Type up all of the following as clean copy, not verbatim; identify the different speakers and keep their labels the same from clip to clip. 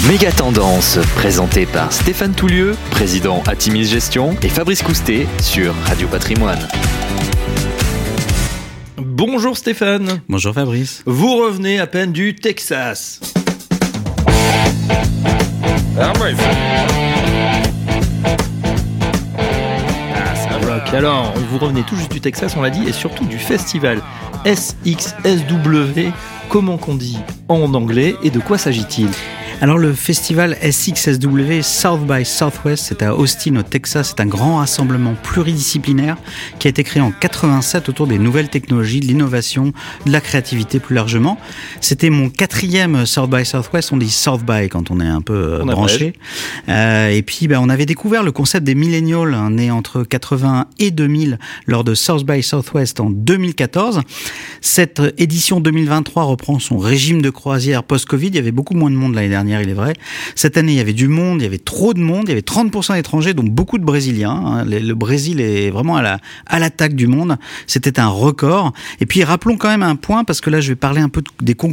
Speaker 1: Méga Tendance, présenté par Stéphane Toulieu, président Atimis Gestion, et Fabrice Coustet sur Radio Patrimoine.
Speaker 2: Bonjour Stéphane.
Speaker 3: Bonjour Fabrice.
Speaker 2: Vous revenez à peine du Texas. Rock. Alors, vous revenez tout juste du Texas, on l'a dit, et surtout du festival SXSW. Comment qu'on dit en anglais et de quoi s'agit-il ?
Speaker 3: Alors le festival SXSW South by Southwest, c'est à Austin au Texas, c'est un grand rassemblement pluridisciplinaire qui a été créé en 87 autour des nouvelles technologies, de l'innovation, de la créativité plus largement. C'était mon 4e South by Southwest, on dit South by quand on est un peu branché. Et puis on avait découvert le concept des millennials, nés entre 80 et 2000 lors de South by Southwest en 2014. Cette édition 2023 reprend son régime de croisière post-Covid, il y avait beaucoup moins de monde l'année dernière. Il est vrai. Cette année, il y avait du monde, il y avait trop de monde, il y avait 30% d'étrangers, donc beaucoup de Brésiliens. Le Brésil est vraiment à l'attaque du monde. C'était un record. Et puis, rappelons quand même un point, parce que là, je vais parler un peu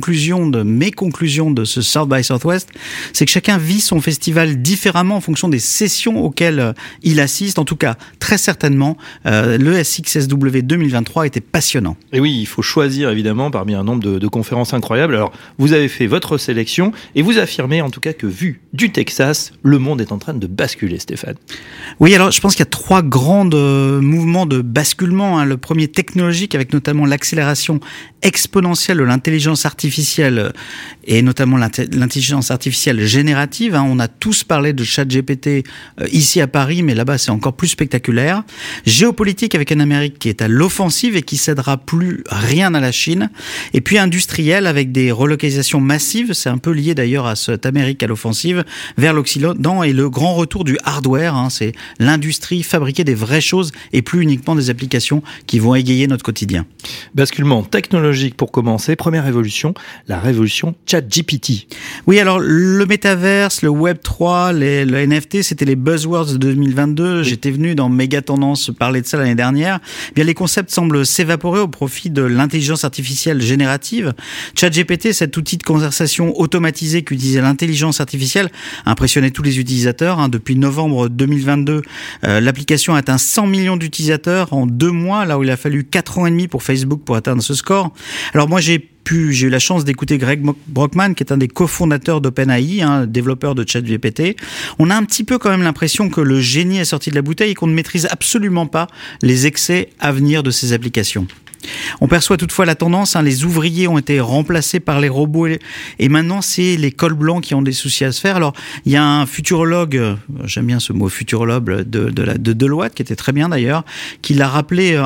Speaker 3: de mes conclusions de ce South by Southwest. C'est que chacun vit son festival différemment en fonction des sessions auxquelles il assiste. En tout cas, très certainement, le SXSW 2023 était passionnant.
Speaker 2: Et oui, il faut choisir évidemment parmi un nombre de conférences incroyables. Alors, vous avez fait votre sélection et vous affirmez en tout cas que vu du Texas, le monde est en train de basculer, Stéphane.
Speaker 3: Oui, alors je pense qu'il y a 3 grands mouvements de basculement. Le premier technologique avec notamment l'accélération exponentielle de l'intelligence artificielle et notamment l'intelligence artificielle générative. On a tous parlé de ChatGPT ici à Paris, mais là-bas c'est encore plus spectaculaire. Géopolitique avec une Amérique qui est à l'offensive et qui cédera plus rien à la Chine. Et puis industriel avec des relocalisations massives, c'est un peu lié d'ailleurs à cette Amérique à l'offensive vers l'Occident et le grand retour du hardware, c'est l'industrie, fabriquer des vraies choses et plus uniquement des applications qui vont égayer notre quotidien.
Speaker 2: Basculement technologique pour commencer, première révolution, la révolution ChatGPT.
Speaker 3: Oui, alors le métaverse, le Web 3, le NFT, c'était les buzzwords de 2022. J'étais venu dans Méga Tendance parler de ça l'année dernière. Eh bien, les concepts semblent s'évaporer au profit de l'intelligence artificielle générative. ChatGPT, cet outil de conversation automatisé qu'utilisait l'intelligence artificielle, a impressionné tous les utilisateurs. Depuis novembre 2022, l'application a atteint 100 millions d'utilisateurs en 2 mois, là où il a fallu 4 ans et demi pour Facebook pour atteindre ce score. Alors moi, j'ai eu la chance d'écouter Greg Brockman, qui est un des cofondateurs d'OpenAI, développeur de ChatGPT. On a un petit peu quand même l'impression que le génie est sorti de la bouteille et qu'on ne maîtrise absolument pas les excès à venir de ces applications. On perçoit toutefois la tendance, les ouvriers ont été remplacés par les robots et maintenant c'est les cols blancs qui ont des soucis à se faire. Alors il y a un futurologue, j'aime bien ce mot futurologue de Deloitte, qui était très bien d'ailleurs, qui l'a rappelé,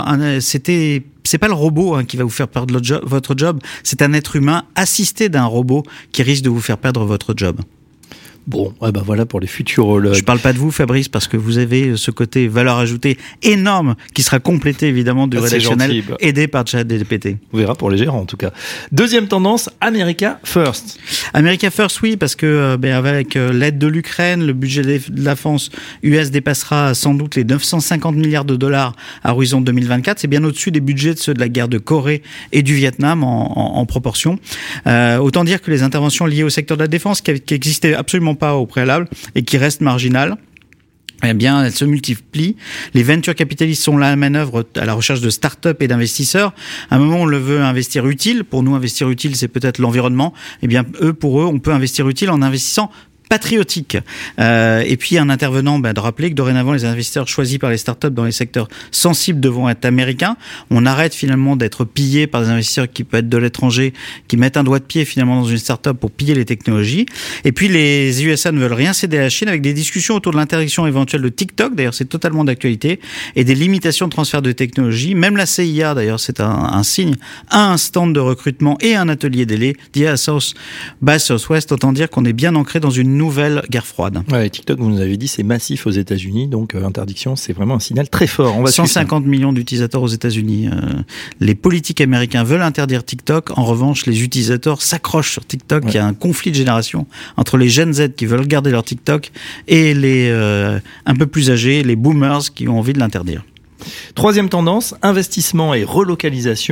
Speaker 3: c'est pas le robot qui va vous faire perdre votre job, c'est un être humain assisté d'un robot qui risque de vous faire perdre votre job.
Speaker 2: Bon, voilà pour les futurologues.
Speaker 3: Je parle pas de vous, Fabrice, parce que vous avez ce côté valeur ajoutée énorme qui sera complété évidemment du rédactionnel aidé par ChatGPT.
Speaker 2: On verra pour les gérants en tout cas. Deuxième tendance, America First.
Speaker 3: America First, oui, parce que avec l'aide de l'Ukraine, le budget de la France US dépassera sans doute les 950 milliards de dollars à horizon 2024. C'est bien au-dessus des budgets de ceux de la guerre de Corée et du Vietnam en proportion. Autant dire que les interventions liées au secteur de la défense qui existaient absolument pas au préalable et qui restent marginales, eh bien, elles se multiplient. Les venture capitalistes sont là à manœuvre à la recherche de start-up et d'investisseurs. À un moment, on le veut investir utile. Pour nous, investir utile, c'est peut-être l'environnement. Eh bien, pour eux, on peut investir utile en investissant patriotique. Et puis un intervenant de rappeler que dorénavant les investisseurs choisis par les startups dans les secteurs sensibles devront être américains. On arrête finalement d'être pillé par des investisseurs qui peuvent être de l'étranger, qui mettent un doigt de pied finalement dans une startup pour piller les technologies. Et puis les USA ne veulent rien céder à la Chine, avec des discussions autour de l'interdiction éventuelle de TikTok, d'ailleurs c'est totalement d'actualité, et des limitations de transfert de technologie. Même la CIA, d'ailleurs c'est un signe, a un stand de recrutement et un atelier dédié à South by Southwest. Autant dire qu'on est bien ancré dans une nouvelle guerre froide.
Speaker 2: Ouais, TikTok, vous nous avez dit, c'est massif aux États-Unis, donc interdiction, c'est vraiment un signal très fort. On va
Speaker 3: 150 millions d'utilisateurs aux États-Unis. Les politiques américains veulent interdire TikTok. En revanche, les utilisateurs s'accrochent sur TikTok. Ouais. Il y a un conflit de génération entre les Gen Z qui veulent garder leur TikTok et les un peu plus âgés, les boomers qui ont envie de l'interdire.
Speaker 2: Troisième tendance, investissement et relocalisation.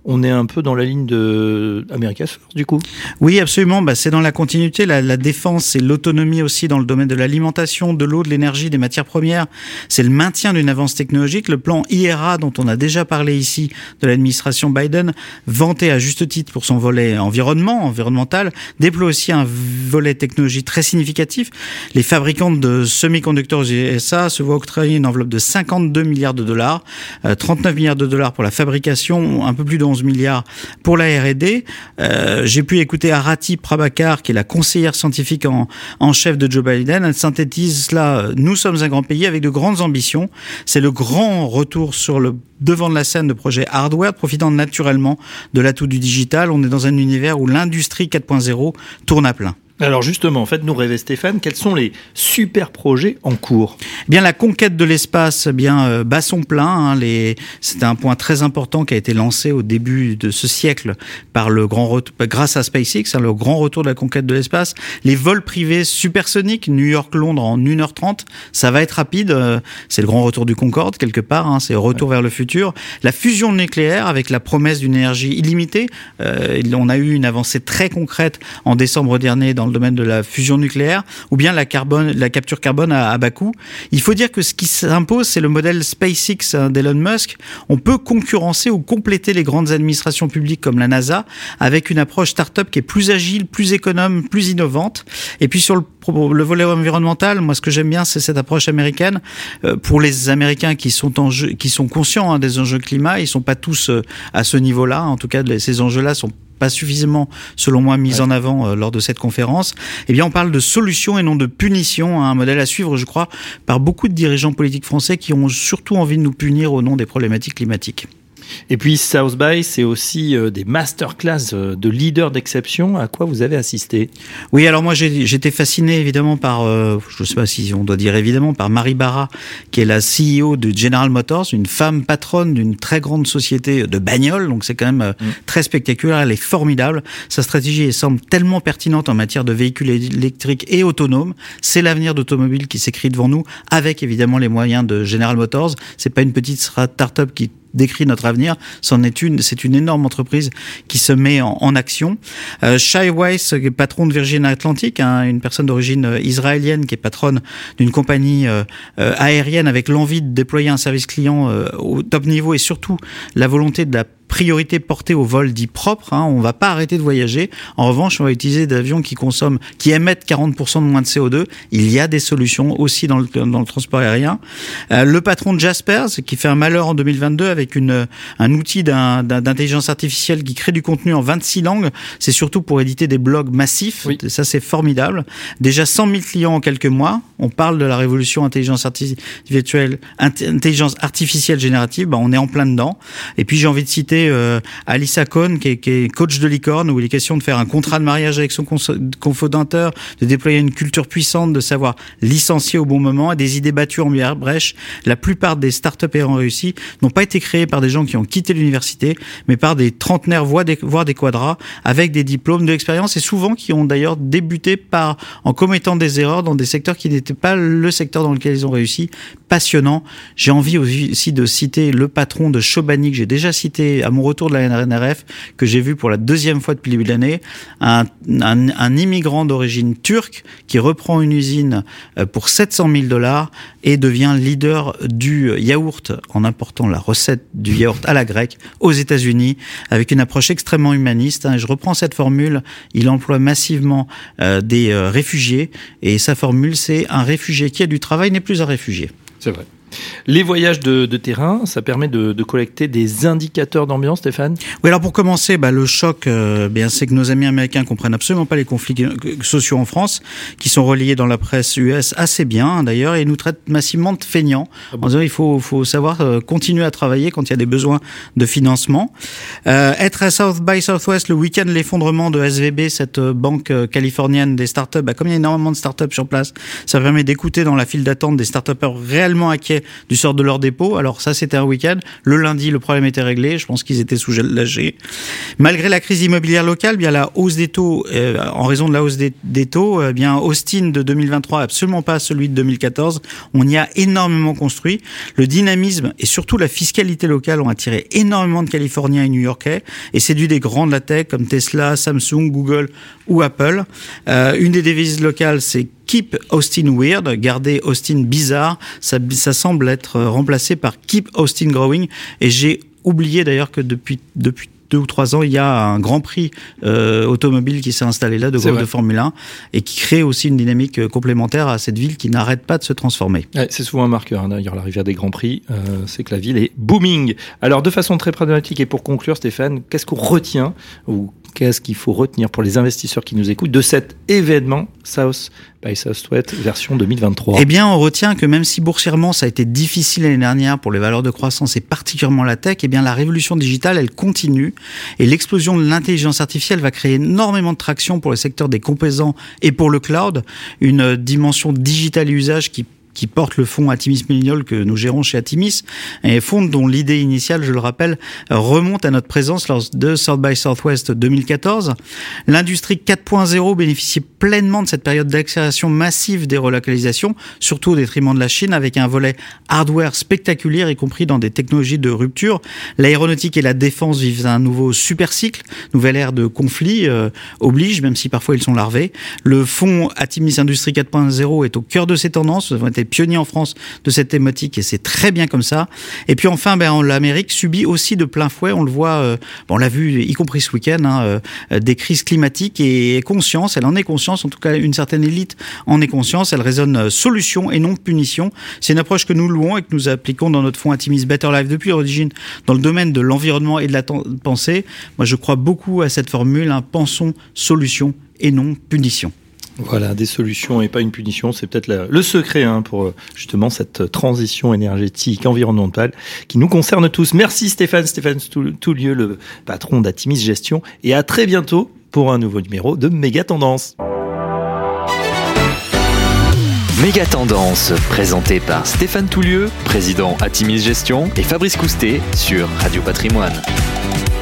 Speaker 2: on est un peu dans la ligne de America's First, du coup.
Speaker 3: Oui, absolument. C'est dans la continuité. La défense et l'autonomie aussi dans le domaine de l'alimentation, de l'eau, de l'énergie, des matières premières. C'est le maintien d'une avance technologique. Le plan IRA, dont on a déjà parlé ici, de l'administration Biden, vanté à juste titre pour son volet environnemental, déploie aussi un volet technologie très significatif. Les fabricants de semi-conducteurs aux USA se voient octroyer une enveloppe de 52 milliards de dollars, 39 milliards de dollars pour la fabrication, un peu plus de 11 milliards pour la R&D. J'ai pu écouter Arati Prabhakar, qui est la conseillère scientifique en chef de Joe Biden. Elle synthétise cela: nous sommes un grand pays avec de grandes ambitions. C'est le grand retour sur le devant de la scène de projets hardware, profitant naturellement de l'atout du digital. On est dans un univers où l'industrie 4.0 tourne à plein.
Speaker 2: Alors justement, faites-nous rêver Stéphane, quels sont les super projets en cours ?
Speaker 3: Bien, la conquête de l'espace, bat son plein. C'était un point très important qui a été lancé au début de ce siècle par grâce à SpaceX, le grand retour de la conquête de l'espace. Les vols privés supersoniques, New York-Londres en 1h30, ça va être rapide. C'est le grand retour du Concorde quelque part. C'est retour vers le futur. La fusion nucléaire avec la promesse d'une énergie illimitée. On a eu une avancée très concrète en décembre dernier dans le domaine de la fusion nucléaire, ou bien la capture carbone à bas coût. Il faut dire que ce qui s'impose, c'est le modèle SpaceX d'Elon Musk. On peut concurrencer ou compléter les grandes administrations publiques comme la NASA avec une approche start-up qui est plus agile, plus économe, plus innovante. Et puis sur le volet environnemental, moi ce que j'aime bien, c'est cette approche américaine. Pour les Américains qui sont conscients des enjeux climat, ils sont pas tous à ce niveau-là. En tout cas, ces enjeux-là sont pas suffisamment, selon moi, mis en avant lors de cette conférence. Eh bien, on parle de solutions et non de punition, un modèle à suivre, je crois, par beaucoup de dirigeants politiques français qui ont surtout envie de nous punir au nom des problématiques climatiques.
Speaker 2: Et puis South by, c'est aussi des masterclass de leaders d'exception. À quoi vous avez assisté ?
Speaker 3: Oui, alors moi j'étais fasciné évidemment par, je ne sais pas si on doit dire évidemment, par Mary Barra, qui est la CEO de General Motors, une femme patronne d'une très grande société de bagnoles, donc c'est quand même très spectaculaire, elle est formidable. Sa stratégie semble tellement pertinente en matière de véhicules électriques et autonomes. C'est l'avenir d'automobile qui s'écrit devant nous, avec évidemment les moyens de General Motors. C'est pas une petite start-up qui décrit notre avenir, c'est une énorme entreprise qui se met en action. Shai Weiss, qui est patron de Virgin Atlantic, une personne d'origine israélienne qui est patronne d'une compagnie aérienne avec l'envie de déployer un service client au top niveau et surtout la volonté de la priorité portée au vol dit propre. On va pas arrêter de voyager. En revanche, on va utiliser des avions qui émettent 40% de moins de CO2. Il y a des solutions aussi dans le transport aérien. Le patron de Jaspers, qui fait un malheur en 2022 avec un outil d'intelligence artificielle qui crée du contenu en 26 langues. C'est surtout pour éditer des blogs massifs. Oui. Ça, c'est formidable. Déjà 100 000 clients en quelques mois. On parle de la révolution intelligence artificielle générative. On est en plein dedans. Et puis, j'ai envie de citer Alissa Cohn, qui est coach de licorne, où il est question de faire un contrat de mariage avec son cofondateur, de déployer une culture puissante, de savoir licencier au bon moment, et des idées battues en brèche. La plupart des startups ayant réussi n'ont pas été créées par des gens qui ont quitté l'université, mais par des trentenaires, voire des quadras, avec des diplômes, de l'expérience, et souvent qui ont d'ailleurs débuté en commettant des erreurs dans des secteurs qui n'étaient pas le secteur dans lequel ils ont réussi. Passionnant. J'ai envie aussi de citer le patron de Chobani, que j'ai déjà cité à mon retour de la NRF, que j'ai vu pour la deuxième fois depuis le début de l'année, un immigrant d'origine turque qui reprend une usine pour 700 000 $ et devient leader du yaourt en important la recette du yaourt à la grecque aux États-Unis avec une approche extrêmement humaniste. Je reprends cette formule, il emploie massivement des réfugiés et sa formule, c'est un réfugié qui a du travail n'est plus un réfugié.
Speaker 2: C'est vrai. Les voyages de terrain, ça permet de collecter des indicateurs d'ambiance, Stéphane ?
Speaker 3: Oui, alors pour commencer, le choc, c'est que nos amis américains comprennent absolument pas les conflits sociaux en France, qui sont relayés dans la presse US assez bien d'ailleurs, et ils nous traitent massivement de feignants, en disant il faut savoir continuer à travailler quand il y a des besoins de financement. Être à South by Southwest le week-end, l'effondrement de SVB, cette banque californienne des startups, comme il y a énormément de startups sur place, ça permet d'écouter dans la file d'attente des startupers réellement inquiets inquiets du sort de leur dépôt. Alors ça, c'était un week-end. Le lundi, le problème était réglé. Je pense qu'ils étaient soulagés. Malgré la crise immobilière locale, bien la hausse des taux, en raison de la hausse des taux, bien Austin de 2023, absolument pas celui de 2014. On y a énormément construit. Le dynamisme et surtout la fiscalité locale ont attiré énormément de Californiens et New-Yorkais et séduit des grands de la tech comme Tesla, Samsung, Google ou Apple. Une des devises locales, c'est Keep Austin Weird, garder Austin bizarre. Ça semble être remplacé par Keep Austin Growing. Et j'ai oublié d'ailleurs que depuis 2 ou 3 ans, il y a un grand prix automobile qui s'est installé là, de Formule 1, et qui crée aussi une dynamique complémentaire à cette ville qui n'arrête pas de se transformer.
Speaker 2: Ouais, c'est souvent un marqueur, d'ailleurs, l'arrivée des grands prix, c'est que la ville est booming. Alors, de façon très pragmatique, et pour conclure, Stéphane, qu'est-ce qu'on retient, ou qu'est-ce qu'il faut retenir pour les investisseurs qui nous écoutent de cet événement South by Southwest version 2023?
Speaker 3: Eh bien, on retient que même si boursièrement ça a été difficile l'année dernière pour les valeurs de croissance et particulièrement la tech, eh bien la révolution digitale, elle continue et l'explosion de l'intelligence artificielle va créer énormément de traction pour le secteur des composants et pour le cloud, une dimension digitale et usage qui porte le fonds Atimis Millennial que nous gérons chez Atimis, un fonds dont l'idée initiale, je le rappelle, remonte à notre présence lors de South by Southwest 2014. L'industrie 4.0 bénéficie pleinement de cette période d'accélération massive des relocalisations, surtout au détriment de la Chine, avec un volet hardware spectaculaire, y compris dans des technologies de rupture. L'aéronautique et la défense vivent un nouveau super cycle, nouvelle ère de conflit oblige, même si parfois ils sont larvés. Le fonds Atimis Industrie 4.0 est au cœur de ces tendances. Nous avons été pionniers en France de cette thématique et c'est très bien comme ça. Et puis enfin, l'Amérique subit aussi de plein fouet, on le voit, on l'a vu y compris ce week-end, des crises climatiques et conscience, elle en est conscience, en tout cas une certaine élite en est conscience, elle raisonne solution et non punition. C'est une approche que nous louons et que nous appliquons dans notre fonds Atimis Better Life depuis l'origine dans le domaine de l'environnement et de la pensée. Moi je crois beaucoup à cette formule, pensons solution et non punition.
Speaker 2: Voilà, des solutions et pas une punition, c'est peut-être le secret pour justement cette transition énergétique, environnementale qui nous concerne tous. Merci Stéphane Toulieu, le patron d'Atimis Gestion, et à très bientôt pour un nouveau numéro de Méga Tendance.
Speaker 1: Méga Tendance, présenté par Stéphane Toulieu, président Atimis Gestion, et Fabrice Coustet sur Radio Patrimoine.